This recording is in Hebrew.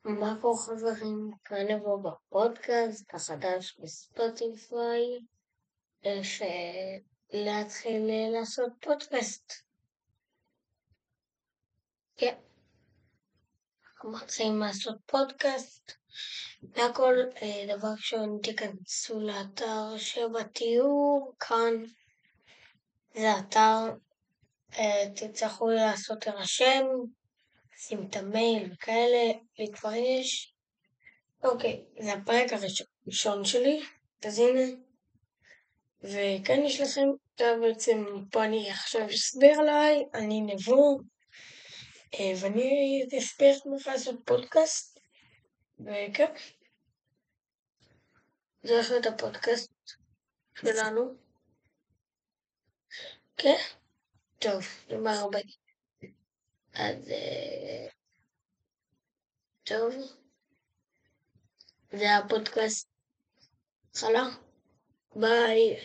מה פה חברים? כאן נבוא בפודקאסט החדש בספוטיפיי, להתחיל לעשות פודקאסט. כן, אנחנו מתחילים לעשות פודקאסט. והכל דבר ראשון תיכנסו לאתר שבתיאור כאן. זה אתר, תצטרכו לעשות הרשם, שים את המייל וכאלה, לי כבר יש. אוקיי, זה הפרק הראשון שלי, אז הנה. וכאן יש לכם, בעצם פה אני עכשיו אסביר עליי, אני נבו, ואני אסביר איך לעשות פודקאסט, וכן. זה הולך להיות הפודקאסט שלנו. כן? טוב, נאמר הרבה. אז טוב. זה הפודקאסט. חלה. ביי.